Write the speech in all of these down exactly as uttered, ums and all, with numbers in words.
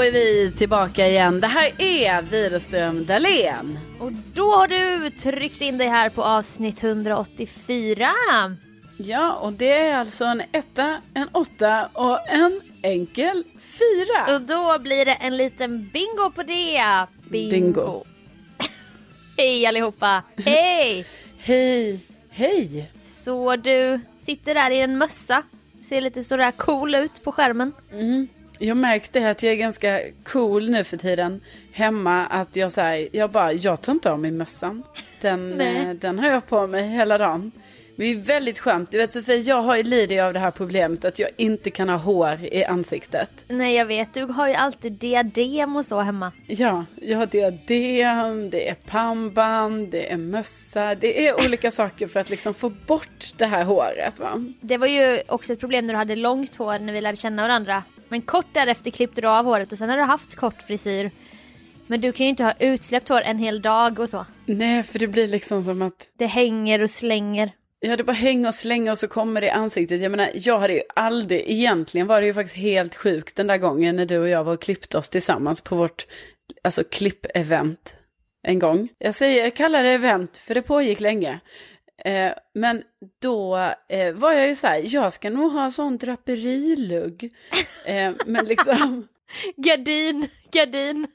är vi tillbaka igen. Det här är Widerström Dahlén. Och då har du tryckt in dig här på avsnitt hundraåttiofyra. Ja, och det är alltså en etta, en åtta och en enkel fyra. Och då blir det en liten bingo på det. Bingo. Bingo. Hej allihopa. Hej. Hej. Hej. Så du sitter där i en mössa. Ser lite sådär cool ut på skärmen. Mm. Jag märkte att jag är ganska cool nu för tiden hemma, att jag säger, jag bara, jag tar inte av mig mössan. Den, eh, den har jag på mig hela dagen. Men det är väldigt skönt. Du vet Sofie, jag har ju lidit av det här problemet att jag inte kan ha hår i ansiktet. Nej, jag vet. Du har ju alltid diadem och så hemma. Ja, jag har diadem, det är pannband, det är mössa. Det är olika saker för att liksom få bort det här håret, va? Det var ju också ett problem när du hade långt hår när vi lärde känna varandra. Men kort därefter klippte du av håret och sen har du haft kort frisyr. Men du kan ju inte ha utsläppt hår en hel dag och så. Nej, för det blir liksom som att det hänger och slänger. Ja, det bara hänger och slänger och så kommer det i ansiktet. Jag menar, jag hade ju aldrig, egentligen var det ju faktiskt helt sjukt den där gången när du och jag var och klippte oss tillsammans på vårt, alltså klipp-event en gång. Jag säger, jag kallar det event för det pågick länge. Eh, men då eh, var jag ju så här, jag ska nog ha en sån draperilugg. Eh, men liksom... Gardin, gardin.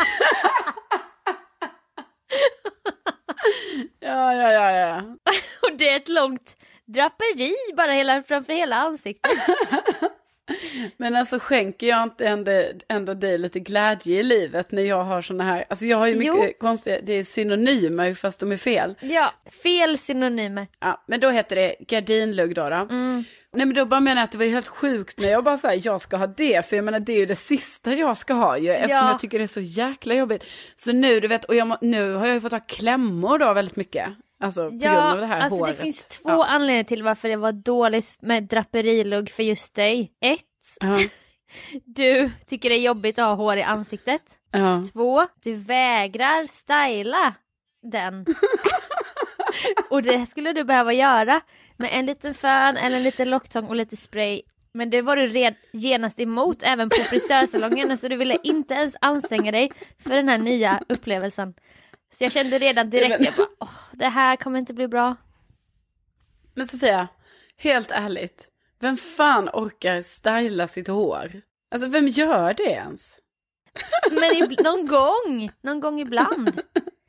Ja, ja, ja, ja. Och det är ett långt draperi bara hela, framför hela ansiktet. Men alltså skänker jag inte ändå, ändå dig lite glädje i livet när jag har såna här... Alltså jag har ju mycket jo. konstiga... Det är synonymer fast de är fel. Ja, fel synonymer. Ja, men då heter det gardinlugg då. då. Mm. Nej, men då bara menar jag att det var helt sjukt när jag bara säger jag ska ha det. För jag menar det är ju det sista jag ska ha ju. Eftersom ja. jag tycker det är så jäkla jobbigt. Så nu, du vet, och jag, nu har jag ju fått ha klämmor då väldigt mycket. Alltså på ja, grund av det här alltså håret. Det finns två ja. anledningar till varför det var dåligt med draperilugg för just dig. Ett, ja. du tycker det är jobbigt att ha hår i ansiktet. Ja. Två, du vägrar styla den. Och det skulle du behöva göra med en liten fön eller en liten locktång och lite spray. Men det var du red, genast emot även på frisörsalongen. Så du ville inte ens anstränga dig för den här nya upplevelsen. Så jag kände redan direkt, jag bara, åh, det här kommer inte bli bra. Men Sofia, helt ärligt, vem fan orkar styla sitt hår? Alltså vem gör det ens? Men i, någon gång, någon gång ibland.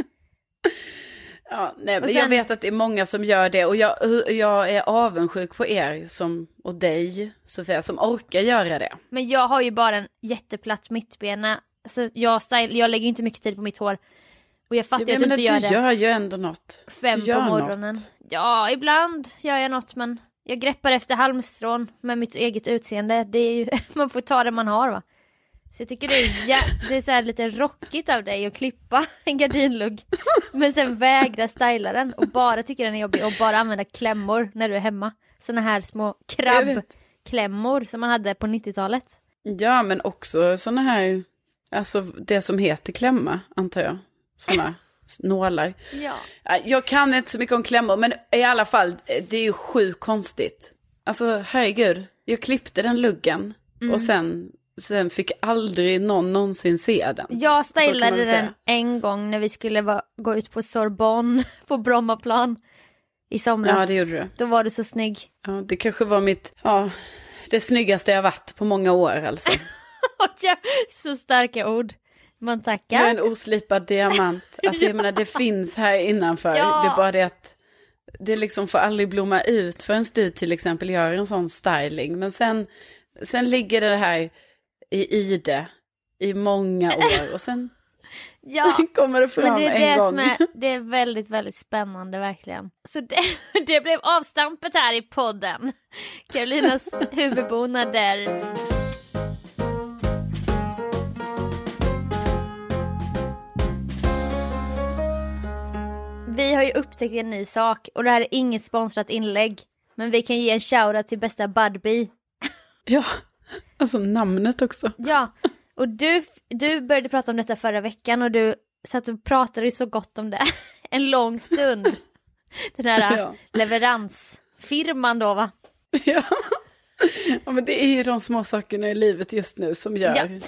Ja, nej, men sen, jag vet att det är många som gör det. Och jag, jag är avundsjuk på er som, och dig, Sofia, som orkar göra det. Men jag har ju bara en jätteplatt mittbena. Så jag, style, jag lägger inte mycket tid på mitt hår. Och jag fattar ju att du inte gör du det. Du gör ju ändå något. Fem på morgonen. Något. Ja, ibland gör jag något, men jag greppar efter halmstrån med mitt eget utseende. Det är ju, man får ta det man har, va? Så jag tycker det är, ja, det är så här lite rockigt av dig att klippa en gardinlugg. Men sen vägra styla den och bara tycker den är jobbig och bara använda klämmor när du är hemma. Såna här små krabbklämmor som man hade på nittiotalet. Ja, men också såna här, alltså det som heter klämma, antar jag. Såna nålar. Ja. Jag kan inte så mycket om klämmor, men i alla fall, det är ju sjukt konstigt. Alltså, herregud, jag klippte den luggen mm. och sen... Sen fick aldrig någon någonsin se den. Jag stylade den en gång när vi skulle va- gå ut på Sorbonne på Brommaplan i somras. Ja, det gjorde du. Då var du så snygg. Ja, det kanske var mitt, ja, det snyggaste jag varit på många år alltså. Ja, så starka ord. Man tackar. Jag är en oslipad diamant. Alltså jag menar, det finns här innanför. Ja. Det är bara det att det liksom får aldrig blomma ut förrän du till exempel gör en sån styling. Men sen, sen ligger det här i ide i många år och sen ja, kommer det fram men det är en det gång. Som är, det är väldigt, väldigt spännande verkligen. Så det, det blev avstampet här i podden. Karolinas huvudbonader. Vi har ju upptäckt en ny sak och det här är inget sponsrat inlägg. Men vi kan ge en shoutout till bästa Budbee. Ja, alltså namnet också. Ja, och du, du började prata om detta förra veckan och du satt och pratade så gott om det. En lång stund. Den här ja. leveransfirman då, va? Ja. Ja, men det är ju de små sakerna i livet just nu som gör... Ja.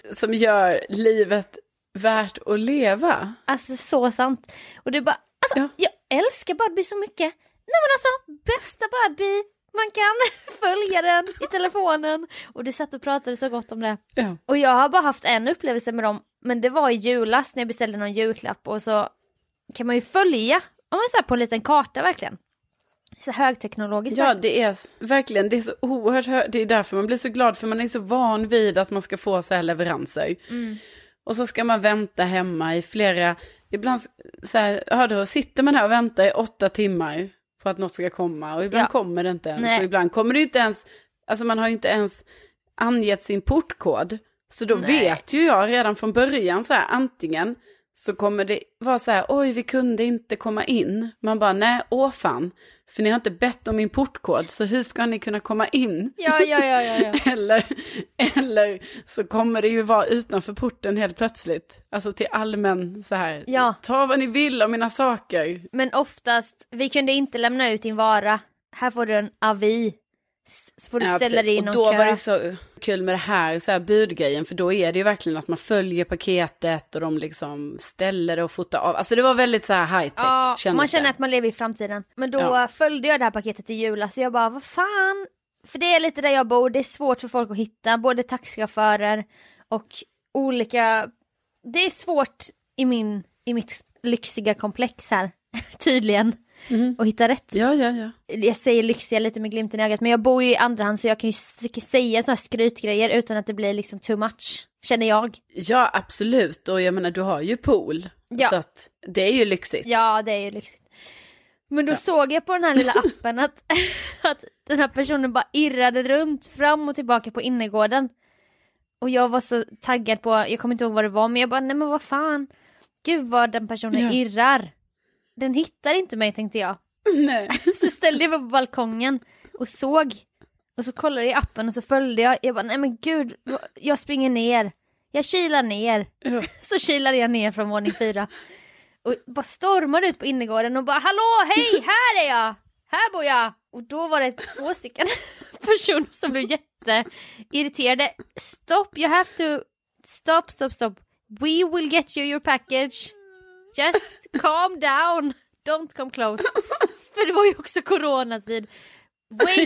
som gör livet värt att leva. Alltså så sant. Och det är bara, alltså ja. Jag älskar Budbee så mycket. Nej men alltså, bästa Budbee. Man kan följa den i telefonen. Och du satt och pratade så gott om det. Ja. Och jag har bara haft en upplevelse med dem. Men det var i julas när jag beställde någon julklapp. Och så kan man ju följa. Om man så här på en liten karta verkligen. Så högteknologiskt. Ja, det är verkligen, det är så oerhört hö- det är därför man blir så glad, för man är så van vid att man ska få så här leveranser. Mm. Och så ska man vänta hemma i flera, ibland så här, ja, då sitter man här och väntar i åtta timmar på att något ska komma, och ibland ja. kommer det inte ens. Nej. Och ibland kommer det inte ens, alltså man har ju inte ens angett sin portkod. Så då Nej. vet ju jag redan från början så här, antingen så kommer det vara så här, oj vi kunde inte komma in. Man bara, nej, åh fan. För ni har inte bett om min portkod, så hur ska ni kunna komma in? Ja, ja, ja, ja, ja. eller, eller så kommer det ju vara utanför porten helt plötsligt. Alltså till allmän så här, ja. ta vad ni vill av mina saker. Men oftast, vi kunde inte lämna ut din vara. Här får du en avi. Så får du ja, ställa dig i någon Och då kö. var det så kul med det här, så här budgrejen, för då är det ju verkligen att man följer paketet och de liksom ställer det och fotar av. Alltså det var väldigt så här high tech. Ja, man känner det. att man lever i framtiden. Men då ja. följde jag det här paketet i julas, så jag bara, vad fan? För det är lite där jag bor, det är svårt för folk att hitta, både taxichaufförer och olika, det är svårt i min, i mitt lyxiga komplex här, tydligen. Mm. Och hitta rätt. Ja, ja, ja. Jag säger lyxiga lite med glimten i ögat, men jag bor ju i andra hand, så jag kan ju säga såna här skrytgrejer utan att det blir liksom too much, känner jag. Ja, absolut. Och jag menar, du har ju pool. Ja. Så att det är ju lyxigt. Ja, det är ju lyxigt. Men då ja. såg jag på den här lilla appen att, att den här personen bara irrade runt fram och tillbaka på innergården. Och jag var så taggad på, jag kommer inte ihåg vad det var, men jag bara, nej men vad fan. Gud vad den personen ja. irrar. Den hittar inte mig, tänkte jag. Nej. Så ställde jag mig på balkongen och såg. Och så kollade jag i appen och så följde jag. Jag bara, nej men gud, jag springer ner. Jag kilar ner. Ja. Så kilade jag ner från våning fyra. Och bara stormade ut på innergården och bara, hallå, hej, här är jag. Här bor jag. Och då var det två stycken personer som blev jätteirriterade. Stop, you have to, stop, stop, stop. We will get you your package. Just calm down. Don't come close. För det var ju också coronatid. Wait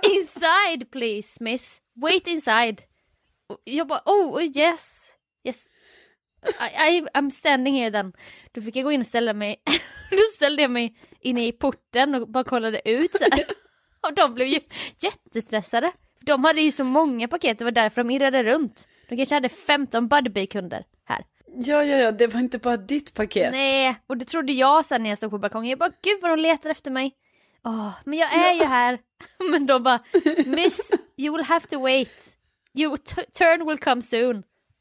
inside please, miss. Wait inside. Och jag bara, oh yes. Yes. I, I, I'm standing here then. Då fick jag gå in och ställa mig. Då ställde jag mig inne i porten och bara kollade ut så här. Och de blev ju jättestressade. De hade ju så många paket, det var därför de irrade runt. De kanske hade femton Budbee-kunder här. Ja, ja, ja, det var inte bara ditt paket. Nej, och det trodde jag sen när jag såg på balkongen. Jag bara, gud vad de letar efter mig. Åh, men jag är ja. ju här. Men de bara, miss, you will have to wait. Your t- turn will come soon.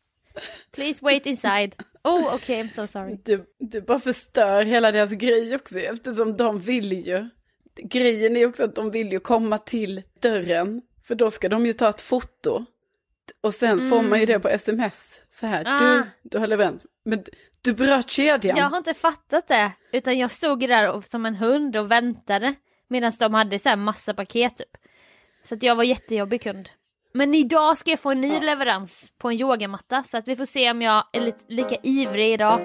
Please wait inside. Oh, okay, I'm so sorry. Du, du bara förstör hela deras grej också, eftersom de vill ju. Grejen är också att de vill ju komma till dörren. För då ska de ju ta ett foto. Och sen mm. får man ju det på sms. Så här, ah. du, du har leverans. Men du bröt kedjan. Jag har inte fattat det. Utan jag stod där och, som en hund och väntade. Medan de hade så här massa paket typ. Så att jag var jättejobbig kund. Men idag ska jag få en ny ja. leverans på en yogamatta. Så att vi får se om jag är lite, lika ivrig idag.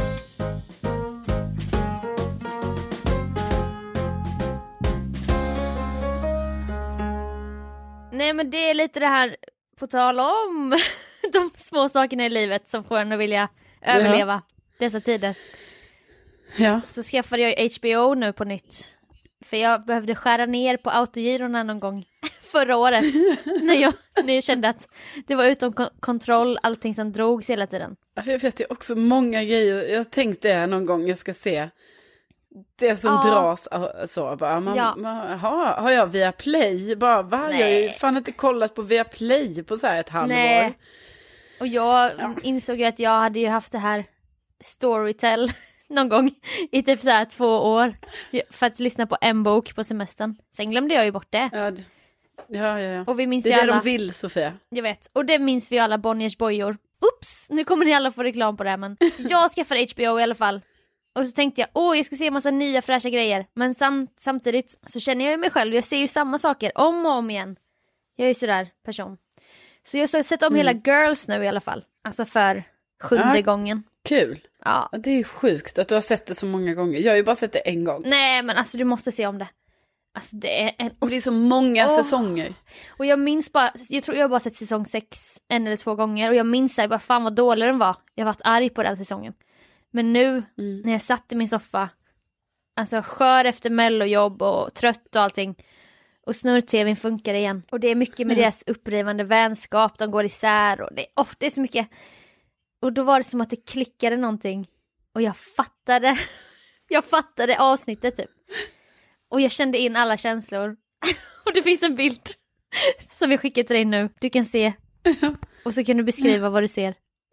Nej men det är lite det här, på tal om de små sakerna i livet som får en att vilja överleva ja. dessa tider. Ja. Så skaffade jag H B O nu på nytt. För jag behövde skära ner på autogirorna någon gång förra året. när, jag, när jag kände att det var utom kontroll, allting som drogs hela tiden. Jag vet ju också många grejer. Jag tänkte någon gång jag ska se det som ja. dras så. Bara, man, ja. man, har, har jag Viaplay? Bara, va? Jag har ju fan inte kollat på Viaplay på så här ett halvår. Nej. Och jag ja. insåg ju att jag hade ju haft det här Storytel någon gång i typ så här två år för att lyssna på en bok på semestern. Sen glömde jag ju bort det. Ja, ja, ja. ja. Och vi minns det är ju det alla... de vill, Sofia. Jag vet. Och det minns vi alla, Bonniers bojor. Ups, nu kommer ni alla få reklam på det här, men jag skaffade H B O i alla fall. Och så tänkte jag, åh jag ska se en massa nya fräscha grejer. Men sam- samtidigt så känner jag ju mig själv, jag ser ju samma saker om och om igen. Jag är ju sådär person. Så jag har sett om mm. hela Girls nu i alla fall. Alltså för sjunde ja. gången. Kul. Ja. Det är sjukt att du har sett det så många gånger. Jag har ju bara sett det en gång. Nej, men alltså du måste se om det. Alltså det är en... Och det är så många oh. säsonger. Och jag minns bara, jag tror jag har bara sett säsong sex en eller två gånger. Och jag minns bara fan vad dålig den var. Jag har varit arg på den säsongen. Men nu, mm. när jag satt i min soffa, alltså skör efter mellojobb och trött och allting, och snurr-tvn funkar igen. Och det är mycket med mm. deras upprivande vänskap, de går isär och det, oh, det är så mycket. Och då var det som att det klickade någonting. Och jag fattade, jag fattade avsnittet typ. Och jag kände in alla känslor. Och det finns en bild som vi skickar till dig nu. Du kan se. Och så kan du beskriva vad du ser.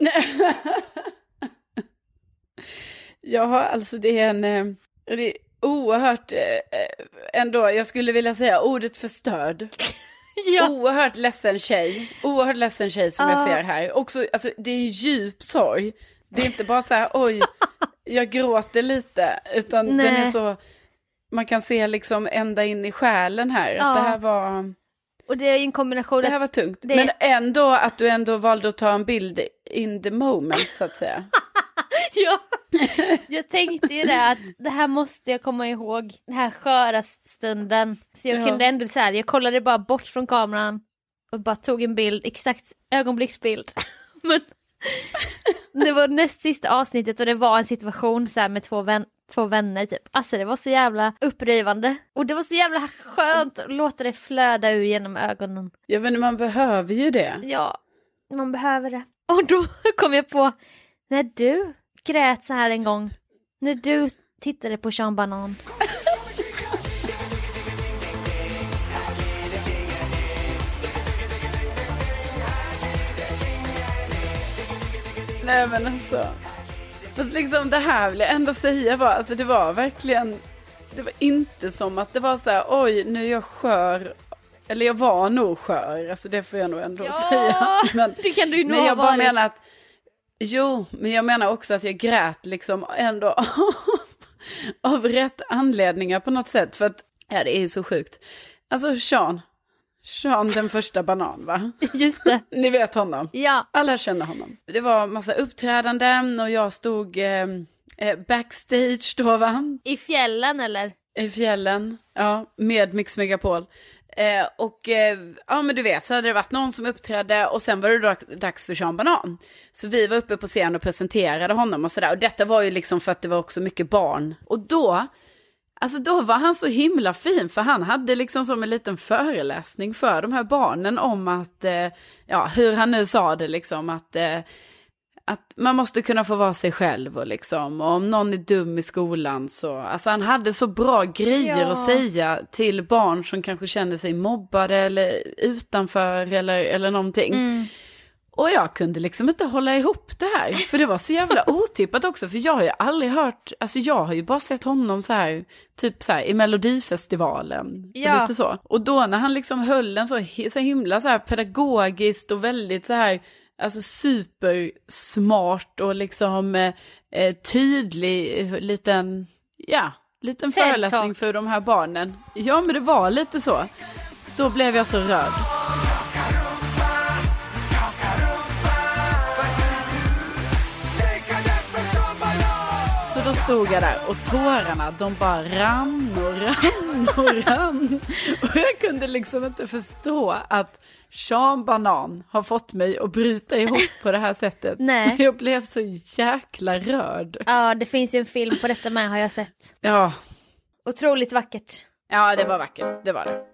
Ja, alltså det är en... Det är oerhört... Ändå, jag skulle vilja säga ordet förstörd. Ja. Oerhört ledsen tjej. Oerhört ledsen tjej som ah. jag ser här. Också, alltså, det är djup sorg. Det är inte bara så här, oj, jag gråter lite. Utan Nej. den är så... Man kan se liksom ända in i själen här. Ja. Att det här var... Och det är ju en kombination... Det här var tungt. Det... Men ändå att du ändå valde att ta en bild in the moment, så att säga. Ja, jag tänkte ju det att det här måste jag komma ihåg. Den här sköra stunden. Så jag ja. kunde ändå så här, jag kollade bara bort från kameran. Och bara tog en bild, exakt ögonblicksbild. Men det var näst sista avsnittet och det var en situation så här med två vänner. Två vänner typ. Alltså det var så jävla upprivande. Och det var så jävla skönt att låta det flöda ur genom ögonen. Ja, men man behöver ju det. Ja, man behöver det. Och då kom jag på när du grät så här en gång. När du tittade på Sean Banan. Nej men alltså... Fast liksom det här vill jag ändå säga var, alltså det var verkligen, det var inte som att det var så här, oj nu är jag skör, eller jag var nog skör, alltså det får jag nog ändå ja, säga. Men, det kan du ju nog men jag bara varit. menar att, jo, men jag menar också att jag grät liksom ändå av rätt anledningar på något sätt, för att, ja det är så sjukt. Alltså Sean, Sean den första banan va? Just det. Ni vet honom. Ja. Alla känner honom. Det var massa uppträdanden och jag stod eh, backstage då va? I fjällen eller? I fjällen, ja. Med Mix Megapol. Eh, och eh, ja men du vet så hade det varit någon som uppträdde och sen var det då dags för Sean Banan. Så vi var uppe på scen och presenterade honom och sådär. Och detta var ju liksom för att det var också mycket barn. Och då... Alltså då var han så himla fin för han hade liksom som en liten föreläsning för de här barnen om att, eh, ja hur han nu sa det liksom, att, eh, att man måste kunna få vara sig själv och liksom, och om någon är dum i skolan så, alltså han hade så bra grejer ja. att säga till barn som kanske kände sig mobbade eller utanför eller, eller någonting. Mm. Och jag kunde liksom inte hålla ihop det här. För det var så jävla otippat också. För jag har ju aldrig hört... Alltså jag har ju bara sett honom så här... Typ så här i Melodifestivalen. Ja. Och lite så. Och då när han liksom höll en så, så himla så här pedagogiskt och väldigt så här... Alltså supersmart och liksom eh, tydlig liten... Ja, liten TED föreläsning talk. för de här barnen. Ja, men det var lite så. Då blev jag så rörd. Så då stod jag där och tårarna, de bara rann och rann och rann. Och jag kunde liksom inte förstå att Sean Banan har fått mig att bryta ihop på det här sättet. Nej. Jag blev så jäkla rörd. Ja, det finns ju en film på detta med, har jag sett. Ja. Otroligt vackert. Ja, det var vackert, det var det.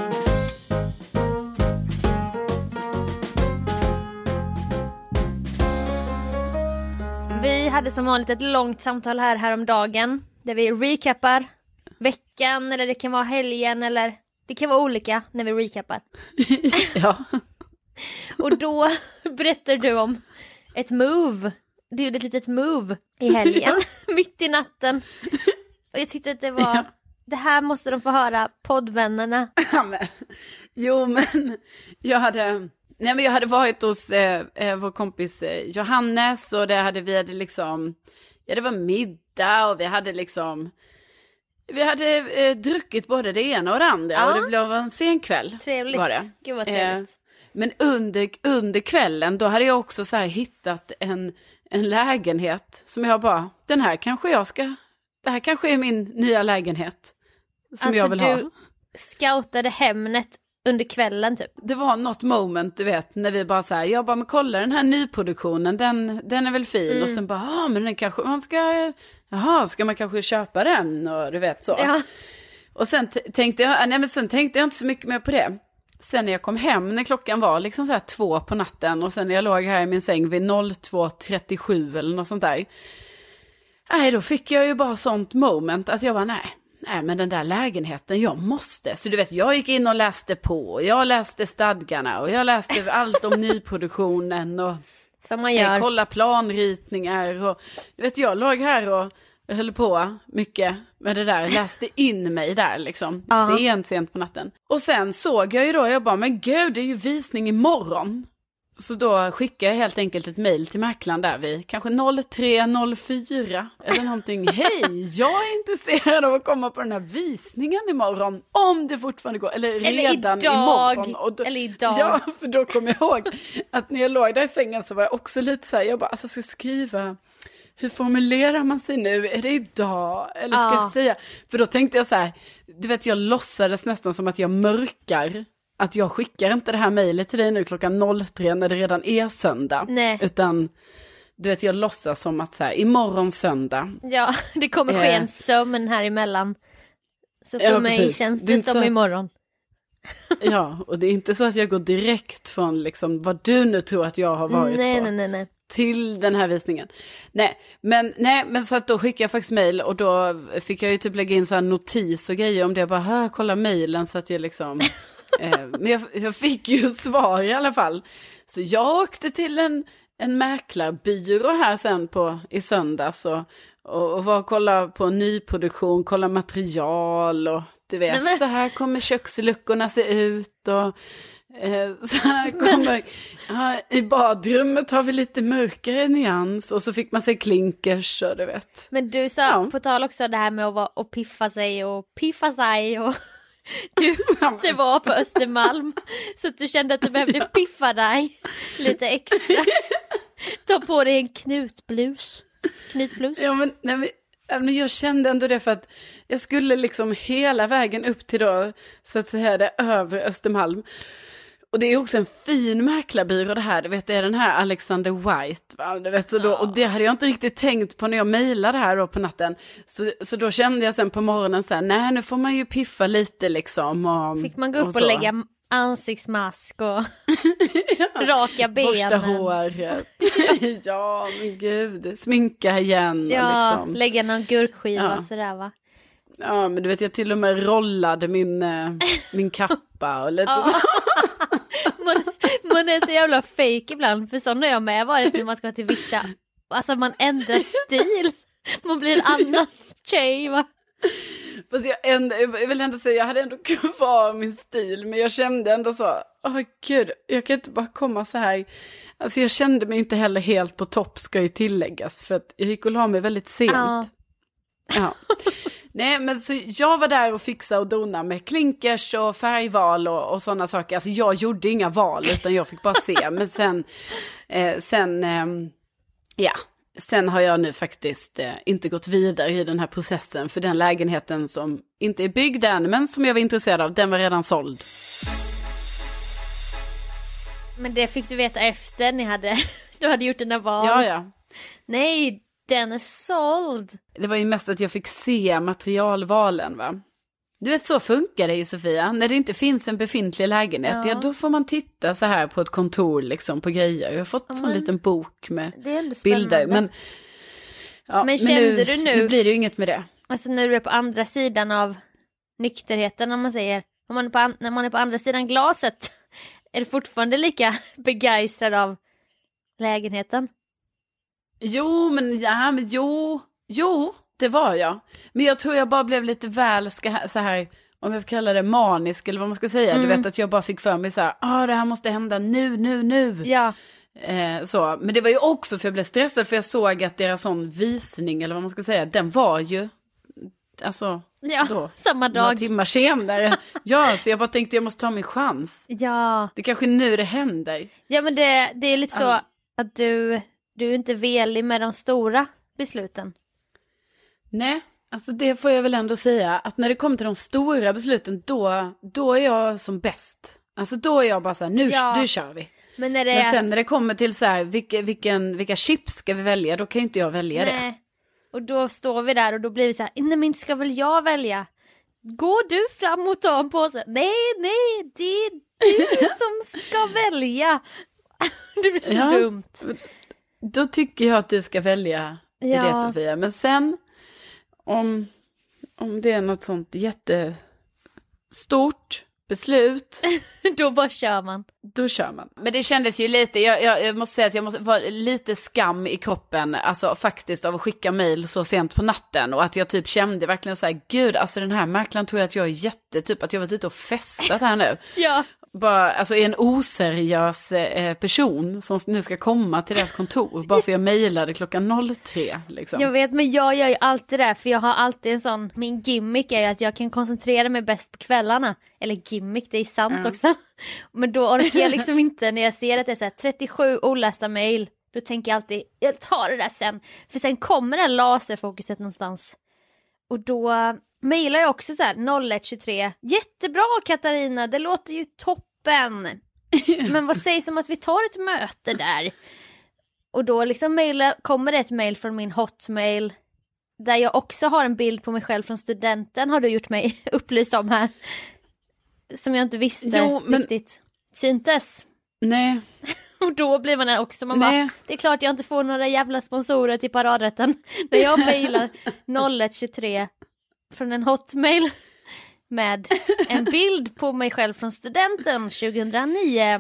Vi hade som vanligt ett långt samtal här häromdagen där vi recappar veckan eller det kan vara helgen eller det kan vara olika när vi recappar. Ja. Och då berättar du om ett move. Du gjorde ett litet move i helgen, ja. Mitt i natten. Och jag tyckte att det var, ja. Det här måste de få höra, poddvännerna. Ja, men, jo men jag hade... Nej, men jag hade varit hos eh, eh, vår kompis eh, Johannes och det hade, vi hade liksom, ja det var middag och vi hade liksom, vi hade eh, druckit både det ena och det andra ja. Och det blev en sen kväll. Trevligt, var det. Gud vad trevligt. Eh, Men under, under kvällen, då hade jag också så här hittat en, en lägenhet som jag bara, den här kanske jag ska, det här kanske är min nya lägenhet som alltså jag vill ha. Du scoutade Hemnet under kvällen typ? Det var något moment, du vet, när vi bara så här, jag bara, men kolla den här nyproduktionen, den, den är väl fin. Mm. Och sen bara, ja men den kanske, man ska, jaha, ska man kanske köpa den? Och du vet så. Ja. Och sen t- tänkte jag, nej men sen tänkte jag inte så mycket mer på det. Sen när jag kom hem, när klockan var liksom så här två på natten, och sen när jag låg här i min säng vid två trettiosju eller något sånt där. Nej, då fick jag ju bara sånt moment att jag bara, nej. Nej, men den där lägenheten, jag måste. Så du vet, jag gick in och läste på. Jag läste stadgarna och jag läste allt om nyproduktionen. Och som man gör. Eh, kolla planritningar. Och, du vet, jag låg här och höll på mycket med det där. Läste in mig där liksom. Uh-huh. Sent, sent på natten. Och sen såg jag ju då, jag bara, men gud, det är ju visning imorgon. Så då skickade jag helt enkelt ett mejl till mäklaren där vid kanske tre noll fyra eller någonting. Hej, jag är intresserad av att komma på den här visningen imorgon. Om det fortfarande går. Eller redan eller idag, imorgon. Och då, eller idag. Ja, för då kom jag ihåg att när jag låg där i sängen så var jag också lite så här. Jag bara, alltså ska skriva, hur formulerar man sig nu? Är det idag? Eller ska ah. jag säga? För då tänkte jag så här, du vet, jag låtsades nästan som att jag mörkar. Att jag skickar inte det här mejlet till dig nu klockan tre när det redan är söndag. Nej. Utan, du vet, jag låtsas som att så här, imorgon söndag. Ja, det kommer ske en sömn här emellan. Så för ja, mig precis. känns det, det som att, imorgon. Ja, och det är inte så att jag går direkt från liksom vad du nu tror att jag har varit nej, på. Nej, nej, nej. Till den här visningen. Nej, men, nej, men så att då skickade jag faktiskt mejl och då fick jag ju typ lägga in så här notis och grejer om det. Jag bara, här, kolla mejlen så att jag liksom... eh, men jag, jag fick ju svar i alla fall. Så jag åkte till en, en mäklarbyrå här sen på, i söndags och, och, och var och kolla på nyproduktion, kolla material och du vet, men... så här kommer köksluckorna se ut och eh, så här kommer, ja, i badrummet har vi lite mörkare nyans och så fick man se klinkers och du vet. Men du sa, ja. På tal också det här med att, vara, att piffa sig och piffa sig och du, det var på Östermalm så att du kände att du behövde piffa dig lite extra. Ta på dig en knutblus. Knutblus. Ja, men, nej, men jag kände ändå det för att jag skulle liksom hela vägen upp till då, så att säga, det över Östermalm. Och det är också en fin mäklarbyrå det här, du vet, det är den här Alexander White, va? Du vet, så då, och det hade jag inte riktigt tänkt på när jag mejlade här då på natten. Så, så då kände jag sen på morgonen så här, nej nu får man ju piffa lite liksom. Och, fick man gå upp och, och lägga ansiktsmask och ja, raka benen. Borsta håret. Ja, men gud, sminka igen. Ja, och liksom. Lägga någon gurkskiva ja. Sådär va. Ja, men du vet, jag till och med rollade min, äh, min kappa och lite ja. man, man är så jävla fake ibland, för sån har jag med varit när man ska till vissa, alltså man ändrar stil, man blir en annan tjej va. Fast jag, ändå, jag vill ändå säga, jag hade ändå kvar min stil, men jag kände ändå så, åh oh, gud, jag kan inte bara komma så här. Alltså jag kände mig inte heller helt på topp, ska ju tilläggas, för att jag gick och la mig väldigt sent. Ja. Ja. Nej, men så jag var där och fixade och dona med klinkers och färgval och, och sådana saker. Alltså jag gjorde inga val utan jag fick bara se. Men sen, eh, sen, eh, ja, sen har jag nu faktiskt eh, inte gått vidare i den här processen. För den lägenheten som inte är byggd än, men som jag var intresserad av, den var redan såld. Men det fick du veta efter ni hade, du hade gjort dina val. Ja, ja. Nej, den är såld. Det var ju mest att jag fick se materialvalen, va? Du vet, så funkar det ju, Sofia. När det inte finns en befintlig lägenhet, ja. Ja, då får man titta så här på ett kontor liksom på grejer. Jag har fått en sån liten bok med bilder. Men, ja, men kände men nu, du nu... Nu blir det ju inget med det. Alltså när du är på andra sidan av nykterheten, om man säger. Om man är på, an... när man är på andra sidan glaset, är du fortfarande lika begeistrad av lägenheten? Jo, men ja, men jo, jo, det var jag. Men jag tror jag bara blev lite väl ska, så här, om jag får kalla det manisk eller vad man ska säga. Mm. Du vet att jag bara fick för mig så här, ah, det här måste hända nu, nu, nu. Ja. Eh, så. Men det var ju också för jag blev stressad för jag såg att deras sån visning eller vad man ska säga, den var ju, alltså, Ja, då, samma några dag. timmar senare. Ja, så jag bara tänkte jag måste ta min chans. Ja. Det är kanske nu det händer. Ja, men det, det är lite så All... att du, du är inte velig med de stora besluten. Nej, alltså det får jag väl ändå säga. Att när det kommer till de stora besluten, då, då är jag som bäst. Alltså då är jag bara så här, nu, Ja. nu kör vi. Men, när det Men är sen att... när det kommer till så här, vilka, vilken, vilka chips ska vi välja, då kan ju inte jag välja Nej. det. Och då står vi där och då blir vi så här, nej men inte ska väl jag välja? Går du fram och tar en påse? Nej, nej, det är du som ska välja. Det blir så Ja. dumt. Då tycker jag att du ska välja Ja. det, Sofia. Men sen, om, om det är något sånt jättestort beslut, Då bara kör man. då kör man. Men det kändes ju lite, jag, jag, jag måste säga att jag måste vara lite skam i kroppen, alltså faktiskt av att skicka mejl så sent på natten. Och att jag typ kände verkligen så här, gud, alltså den här mäklaren tror jag att jag är jätte, typ att jag varit ute och festat här nu. Ja. Bara, alltså är en oseriös eh, person som nu ska komma till deras kontor bara för jag mejlade klockan noll tre liksom. Jag vet, men jag gör ju alltid det, för jag har alltid en sån, min gimmick är ju att jag kan koncentrera mig bäst på kvällarna. Eller gimmick, det är sant Mm. också. Men då orkar jag liksom inte när jag ser att det är så här trettiosju olästa mejl. Då tänker jag alltid, jag tar det där sen. För sen kommer det här laserfokuset någonstans. Och då mejlar jag också så här noll ett tjugotre. Jättebra Katarina, det låter ju toppen. Men vad sägs om att vi tar ett möte där? Och då liksom mejla, kommer det ett mejl från min hotmail. Där jag också har en bild på mig själv från studenten, har du gjort mig upplyst om här. Som jag inte visste Jo, men- riktigt. Syntes. Nej, Och då blir man också, man Nej. bara, det är klart jag inte får några jävla sponsorer till paradrätten. När jag mejlar noll ett tjugotre från en hotmail med en bild på mig själv från studenten tjugohundranio.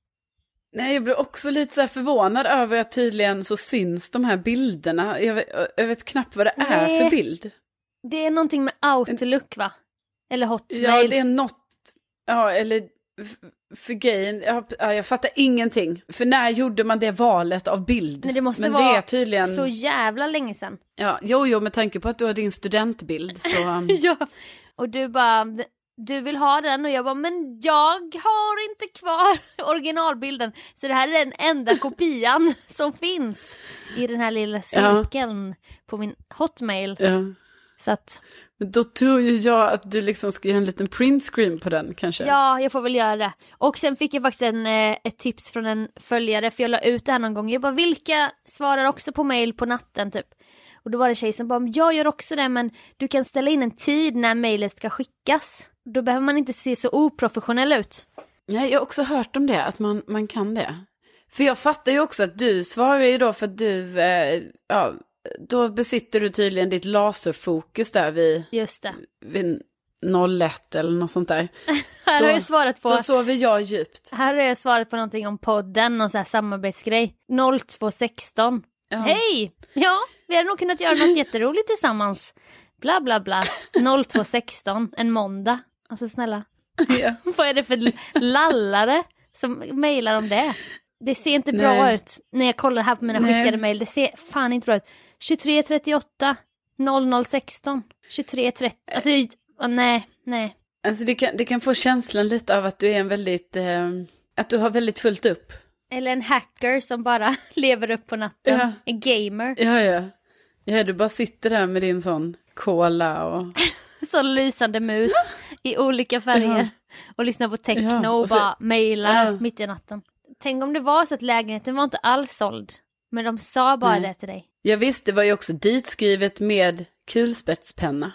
nej, jag blev också lite så här förvånad över att tydligen så syns de här bilderna. Jag vet, jag vet knappt vad det är Nej. för bild. Det är någonting med Outlook va? Eller hotmail. Ja, det är något, ja, eller f- för grejen, jag, ja, jag fattar ingenting. För när gjorde man det valet av bild? Nej, det måste Men vara det är tydligen, så jävla länge sedan. ja, jo, jo, med tanke på att du har din studentbild så... um, Ja. Och du bara, du vill ha den och jag bara, men jag har inte kvar originalbilden. Så det här är den enda kopian som finns i den här lilla cirkeln på min hotmail. ja. Så att, Men då tror ju jag att du liksom ska göra en liten print screen på den kanske. ja, jag får väl göra det. Och sen fick jag faktiskt en, eh, ett tips från en följare, för jag la ut det här någon gång. Jag bara, vilka svarar också på mail på natten typ? Och då var det tjej som bara, jag gör också det, men du kan ställa in en tid när mejlet ska skickas. Då behöver man inte se så oprofessionell ut. Nej, jag har också hört om det, att man, man kan det. För jag fattar ju också att du svarar ju då för att du, eh, ja, då besitter du tydligen ditt laserfokus där vid, Just det. vid noll ett eller något sånt där. Här Då- har jag svarat på, Då sover jag djupt. här har jag svarat på någonting om podden, någon sån här samarbetsgrej. noll två sexton. Ja. Hej! Ja, vi hade nog kunnat göra något jätteroligt tillsammans. Bla bla bla. noll två sexton, en måndag. Alltså snälla. Ja. Vad är det för lallare som mejlar om det? Det ser inte bra Nej. ut när jag kollar här på mina Nej. skickade mejl. Det ser fan inte bra ut. tjugotre trettioåtta noll noll sexton tjugotre trettio. Alltså, åh, nej, nej. Alltså det kan, det kan få känslan lite av att du är en väldigt, eh, att du har väldigt fullt upp. Eller en hacker som bara lever upp på natten. Ja. En gamer. Ja, ja. Ja, du bara sitter där med din sån cola och... Så lysande mus i olika färger. Ja. Och lyssnar på techno Ja, och, och så- bara mejlar Ja. mitt i natten. Tänk om det var så att lägenheten var inte alls såld. Men de sa bara Nej. det till dig. Ja visst, det var ju också ditskrivet med kulspetspenna.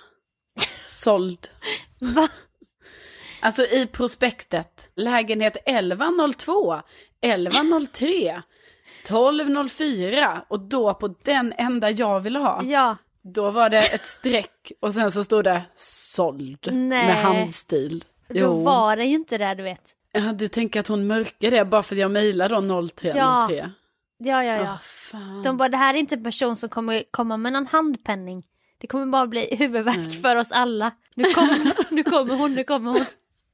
Såld. Va? Alltså i prospektet. Lägenhet elva noll två, elva noll tre, tolv noll fyra. Och då på den enda jag ville ha. Ja. Då var det ett streck och sen så stod det såld. Nej. Med handstil. Då var det ju inte det, du vet. Ja, du tänker att hon mörkar det bara för att jag mejlar då noll tre noll tre. Ja, ja, ja. Åh, fan. De bara, det här är inte en person som kommer komma med någon handpenning. Det kommer bara bli huvudvärk Nej. för oss alla. Nu kommer, nu kommer hon, nu kommer hon.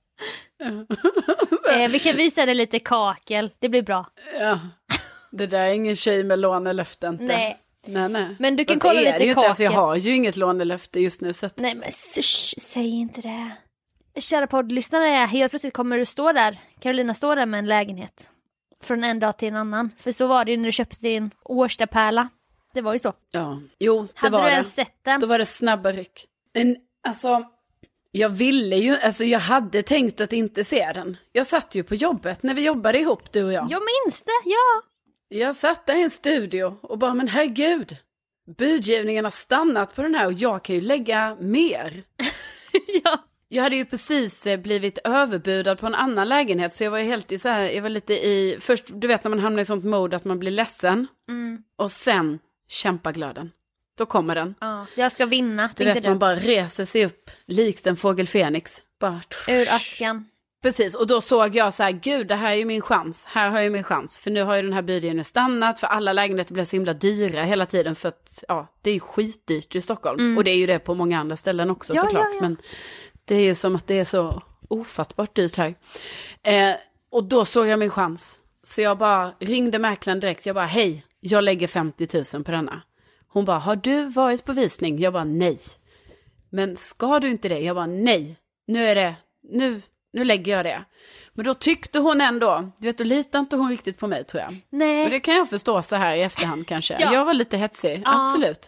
eh, vi kan visa det lite kakel, det blir bra. Ja, det där är ingen tjej med lånelöften. Nej, Nej, nej. Men du kan Fast kolla det är lite det ju i inte. kaken. Alltså, jag har ju inget lånelöfte just nu. Så att... Nej men sush, säg inte det. Kära poddlyssnare, helt plötsligt kommer du stå där. Carolina står där med en lägenhet. Från en dag till en annan. För så var det ju när du köpte din Årstapärla. Det var ju så. Ja, jo, det Hade var du det. ens sett den? Då var det snabba ryck. Men alltså, jag ville ju, alltså jag hade tänkt att inte se den. Jag satt ju på jobbet när vi jobbade ihop, du och jag. Jag minns det, ja. Jag satt där i en studio och bara, men herregud. Budgivningen har stannat på den här och jag kan ju lägga mer. Ja. Jag hade ju precis blivit överbudad på en annan lägenhet, så jag var ju helt i så här, jag var lite i, först du vet när man hamnar i sånt mode att man blir ledsen. Mm. Och sen kämpaglöden. Då kommer den. Ja, jag ska vinna, Du vet, du. man bara reser sig upp likt en fågel Fenix. Bara... Ur askan. Precis, och då såg jag så här, gud det här är ju min chans. Här har jag min chans. För nu har ju den här budgivningen stannat, för alla lägenheter blev så himla dyra hela tiden. För att, ja, det är ju skitdyrt i Stockholm. Mm. Och det är ju det på många andra ställen också, ja, såklart. Ja, ja. Men det är ju som att det är så ofattbart dyrt här. Eh, och då såg jag min chans. Så jag bara ringde mäklaren direkt. Jag bara, hej, jag lägger femtio tusen på denna. Hon bara, har du varit på visning? Jag bara, nej. Men ska du inte det? Jag bara, nej. Nu är det, nu, nu lägger jag det. Men då tyckte hon ändå, du vet, då litar inte hon riktigt på mig tror jag. Nej. Och det kan jag förstå så här i efterhand kanske. Ja. Jag var lite hetsig, Ja. absolut.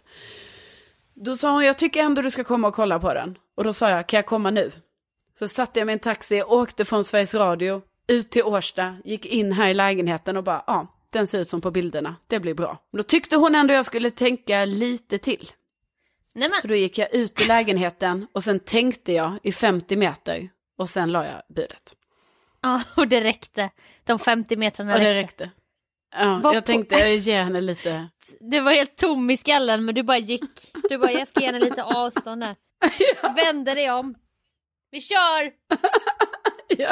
Då sa hon, jag tycker ändå du ska komma och kolla på den. Och då sa jag, kan jag komma nu? Så satte jag mig i en taxi, åkte från Sveriges Radio, ut till Årsta, gick in här i lägenheten och bara, ja, den ser ut som på bilderna, det blir bra. Men då tyckte hon ändå jag skulle tänka lite till. Nej, men... Så då gick jag ut i lägenheten och sen tänkte jag i femtio meter och sen la jag budet. Ja, och det räckte. De femtio metrarna Och räckte. det räckte. Ja, Var jag på- tänkte jag ge henne lite... Du var helt tom i skallen, men du bara gick. Du bara, jag ska ge henne lite avstånd där. Ja. Vände dig om. Vi kör! Ja.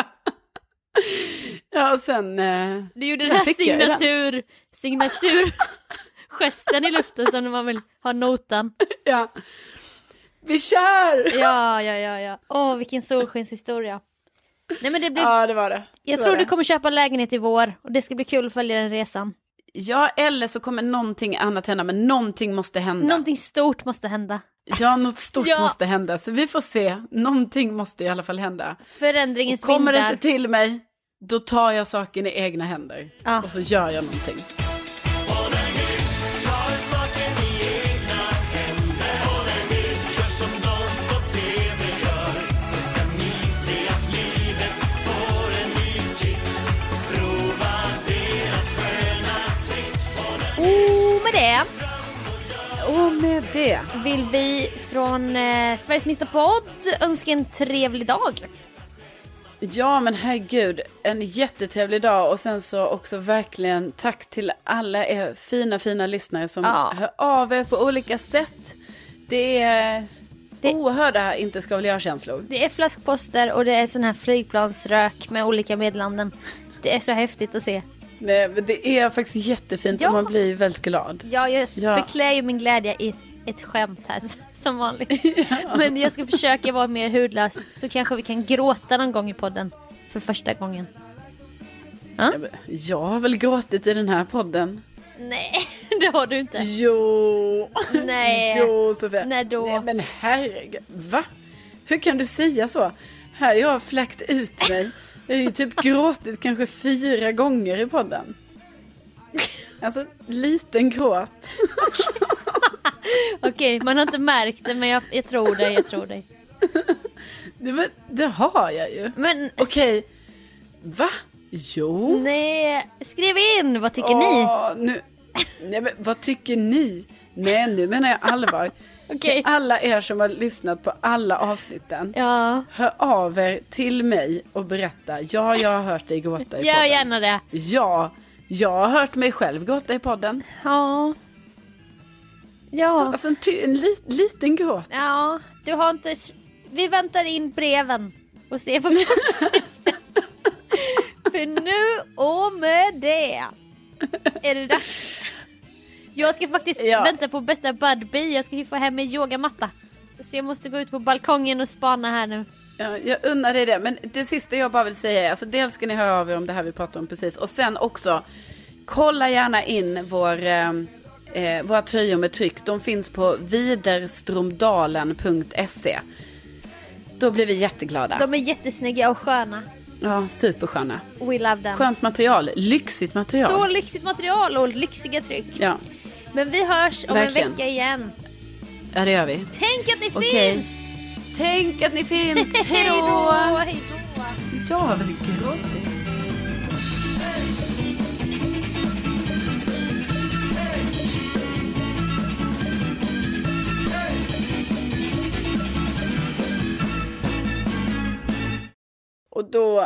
Ja, och sen... Eh... Du gjorde Sen den här fick jag den. signatur, signatur gesten i luften som när man vill ha notan. Ja. Vi kör! Ja, ja, ja, ja. Åh, vilken solskenshistoria. Nej, men det blir... Ja, det var det. jag det tror var du det. kommer köpa lägenhet i vår och det ska bli kul att följa den resan. Ja, eller så kommer någonting annat hända, men någonting måste hända. Någonting stort måste hända. Ja, något stort Ja. måste hända, så vi får se. Någonting måste i alla fall hända. Förändringens Och kommer det vindar. inte till mig, då tar jag saken i egna händer. Ja. Och så gör jag någonting. Och med det Och med det. vill vi från eh, Sveriges minsta podd önska en trevlig dag. Ja, men herregud, en jättetrevlig dag och sen så också verkligen tack till alla er fina, fina lyssnare som Ja. hör av er på olika sätt. Det är Det- oerhörda inte ska väl jag-känslor. Det är flaskposter och det är sån här flygplansrök med olika meddelanden. Det är så häftigt att se. Nej, men det är faktiskt jättefint Ja. och man blir väldigt glad. Ja, jag Ja. förklär ju min glädje i ett, ett skämt här som vanligt. Men jag ska försöka vara mer hudlös så kanske vi kan gråta någon gång i podden för första gången. Ja, men jag har väl gråtit i den här podden. Nej, det har du inte. Jo. Nej. Jo, Sofia. När då? Nej, men herregud. Va? Hur kan du säga så? Här jag har fläckt ut mig. Jag har ju typ gråtit kanske fyra gånger i podden. Alltså, liten gråt. Okej, man har inte märkt det men jag, jag tror dig, jag tror dig. Det, men, det har jag ju. Men Okej. Va? Jo. nej, skriv in, vad tycker ni? Åh, nu. Nej, men vad tycker ni? Nej, nu menar jag allvar. Okej. Till alla er som har lyssnat på alla avsnitten. Ja, Hör av er till mig och berätta. Ja, jag har hört dig gråta i gör podden. gärna det. Ja, jag har hört mig själv gråta i podden. Ja. Ja. Alltså en, ty- en li- liten gråt. Ja, du har inte... Vi väntar in breven och ser vad folk säger. För nu och med det är det dags. Jag ska faktiskt Ja. vänta på bästa Budbee. Jag ska ju få hem en yogamatta. Så jag måste gå ut på balkongen och spana här nu. Ja, jag unnar dig det. Men det sista jag bara vill säga är, alltså dels ska ni höra av er om det här vi pratade om precis. Och sen också, kolla gärna in vår, eh, Eh, våra tröjor med tryck, de finns på widerstromdalen punkt se. Då blir vi jätteglada. De är jättesnygga och sköna. Ja, supersköna. We love them. Skönt material, lyxigt material. Så lyxigt material och lyxiga tryck. Ja. Men vi hörs om Verkligen. en vecka igen. Ja, det gör vi. Tänk att ni Okej. finns! Tänk att ni finns! Hej då! Hej då! Jag har väl gråtit. Och då...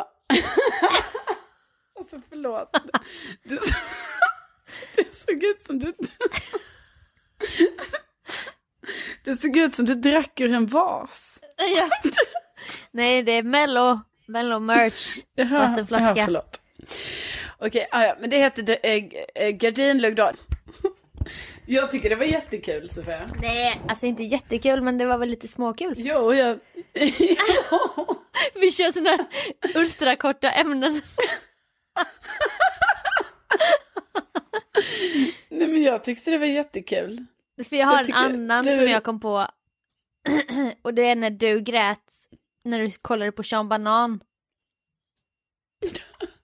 alltså förlåt. Det, det såg ut som du... det såg ut som du drack ur en vas. Ja. Nej, det är Mello. Mello merch. Jaha, vattenflaska. jaha, förlåt. Okej, ah, ja, men det heter äh, äh, gardinlugg då. Jag tycker det var jättekul, Sofia. Nej, alltså inte jättekul, men det var väl lite småkul. Jo, jag... Vi kör sådana ultrakorta ämnen. Nej, men jag tyckte det var jättekul. För jag har Jag en tycker- annan det- som jag kom på. Och det är när du grät när du kollade på Sean Banan.